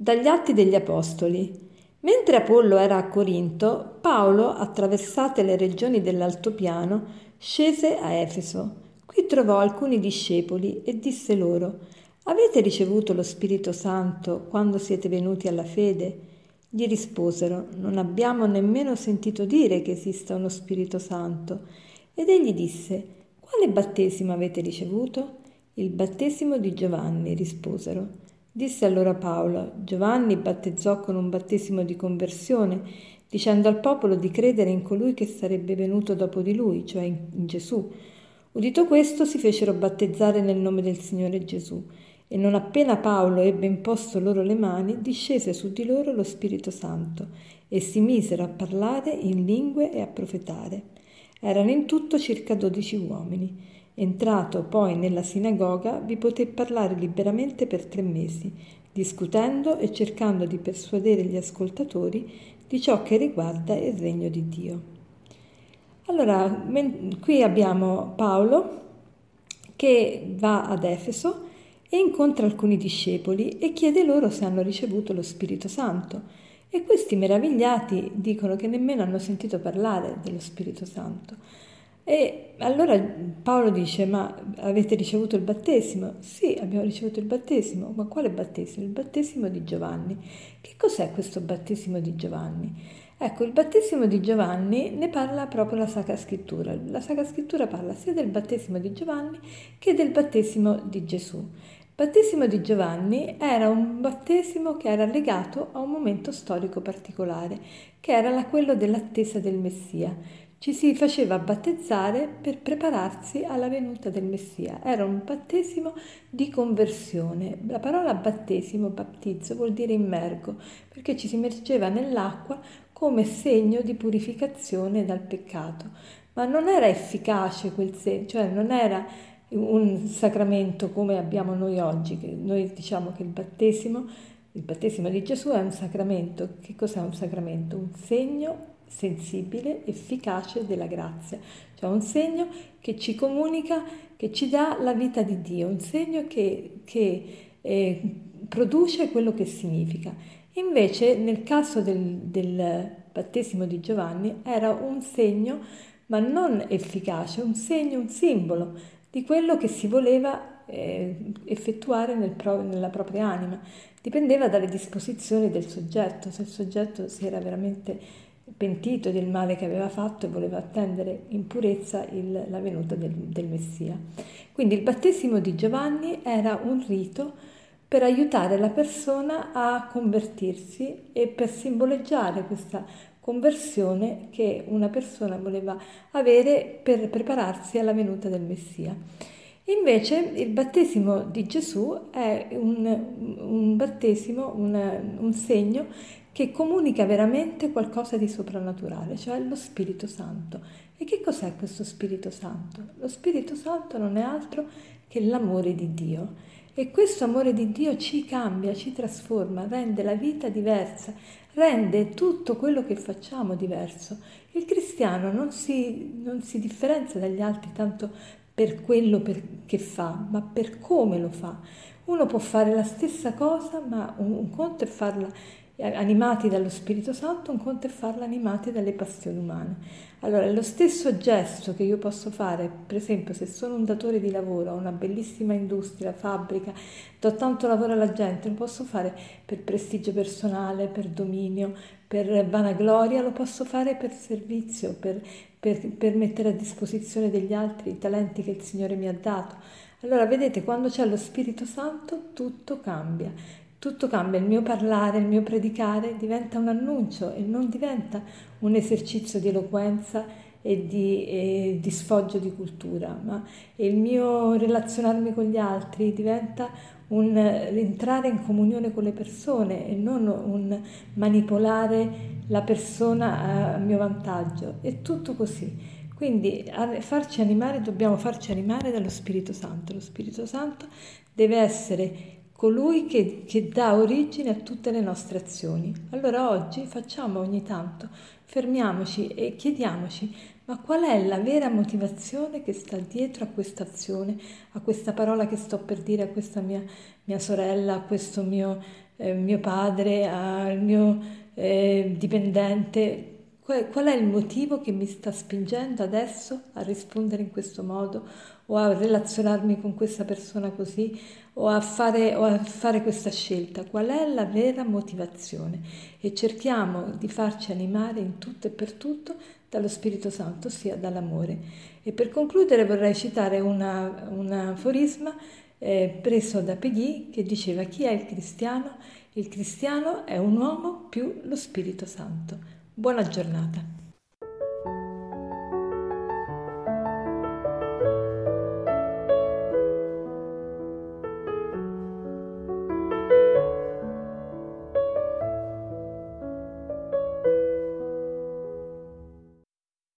Dagli Atti degli Apostoli. Mentre Apollo era a Corinto, Paolo, attraversate le regioni dell'altopiano, scese a Efeso. Qui trovò alcuni discepoli e disse loro: Avete ricevuto lo Spirito Santo quando siete venuti alla fede? Gli risposero: Non abbiamo nemmeno sentito dire che esista uno Spirito Santo. Ed egli disse: Quale battesimo avete ricevuto? Il battesimo di Giovanni, risposero. Disse allora Paolo: Giovanni battezzò con un battesimo di conversione, dicendo al popolo di credere in colui che sarebbe venuto dopo di lui, cioè in Gesù. Udito questo, si fecero battezzare nel nome del Signore Gesù. E non appena Paolo ebbe imposto loro le mani, discese su di loro lo Spirito Santo, e si misero a parlare in lingue e a profetare. Erano in tutto circa 12 uomini. Entrato poi nella sinagoga, vi poté parlare liberamente per 3 mesi, discutendo e cercando di persuadere gli ascoltatori di ciò che riguarda il regno di Dio. Allora, qui abbiamo Paolo che va ad Efeso e incontra alcuni discepoli e chiede loro se hanno ricevuto lo Spirito Santo. E questi meravigliati dicono che nemmeno hanno sentito parlare dello Spirito Santo. E allora Paolo dice: ma avete ricevuto il battesimo? Sì, abbiamo ricevuto il battesimo. Ma quale battesimo? Il battesimo di Giovanni. Che cos'è questo battesimo di Giovanni? Ecco, il battesimo di Giovanni ne parla proprio la Sacra Scrittura. La Sacra Scrittura parla sia del battesimo di Giovanni che del battesimo di Gesù. Il battesimo di Giovanni era un battesimo che era legato a un momento storico particolare, che era quello dell'attesa del Messia. Ci si faceva battezzare per prepararsi alla venuta del Messia. Era un battesimo di conversione. La parola battesimo, battizzo, vuol dire immergo, perché ci si immergeva nell'acqua come segno di purificazione dal peccato. Ma non era efficace quel segno, cioè non era un sacramento come abbiamo noi oggi, che noi diciamo che il battesimo di Gesù è un sacramento. Che cos'è un sacramento? Un segno sensibile, efficace della grazia, cioè un segno che ci comunica, che ci dà la vita di Dio, un segno che produce quello che significa. Invece nel caso del battesimo di Giovanni era un segno, ma non efficace, un segno, un simbolo di quello che si voleva effettuare nella propria anima. Dipendeva dalle disposizioni del soggetto, se il soggetto si era veramente pentito del male che aveva fatto e voleva attendere in purezza la venuta del Messia. Quindi il battesimo di Giovanni era un rito per aiutare la persona a convertirsi e per simboleggiare questa conversione che una persona voleva avere per prepararsi alla venuta del Messia. Invece il battesimo di Gesù è un battesimo, un segno che comunica veramente qualcosa di soprannaturale, cioè lo Spirito Santo. E che cos'è questo Spirito Santo? Lo Spirito Santo non è altro che l'amore di Dio. E questo amore di Dio ci cambia, ci trasforma, rende la vita diversa, rende tutto quello che facciamo diverso. Il cristiano non si differenzia dagli altri tanto per quello che fa, ma per come lo fa. Uno può fare la stessa cosa, ma un conto è farla animati dallo Spirito Santo, un conto è farla animati dalle passioni umane. Allora, lo stesso gesto che io posso fare, per esempio, se sono un datore di lavoro, ho una bellissima industria, fabbrica, do tanto lavoro alla gente, lo posso fare per prestigio personale, per dominio, per vanagloria, lo posso fare per servizio, per mettere a disposizione degli altri i talenti che il Signore mi ha dato. Allora, vedete, quando c'è lo Spirito Santo, tutto cambia. Tutto cambia, il mio parlare, il mio predicare diventa un annuncio e non diventa un esercizio di eloquenza e di sfoggio di cultura, ma il mio relazionarmi con gli altri diventa un entrare in comunione con le persone e non un manipolare la persona a mio vantaggio. È tutto così. Quindi dobbiamo farci animare dallo Spirito Santo. Lo Spirito Santo deve essere colui che dà origine a tutte le nostre azioni. Allora oggi facciamo ogni tanto, fermiamoci e chiediamoci, ma qual è la vera motivazione che sta dietro a questa azione, a questa parola che sto per dire a questa mia sorella, a questo mio padre, al mio dipendente? Qual è il motivo che mi sta spingendo adesso a rispondere in questo modo o a relazionarmi con questa persona così o a fare questa scelta? Qual è la vera motivazione? E cerchiamo di farci animare in tutto e per tutto dallo Spirito Santo, ossia dall'amore. E per concludere vorrei citare un aforisma preso da Peggy che diceva: chi è il cristiano? Il cristiano è un uomo più lo Spirito Santo. Buona giornata.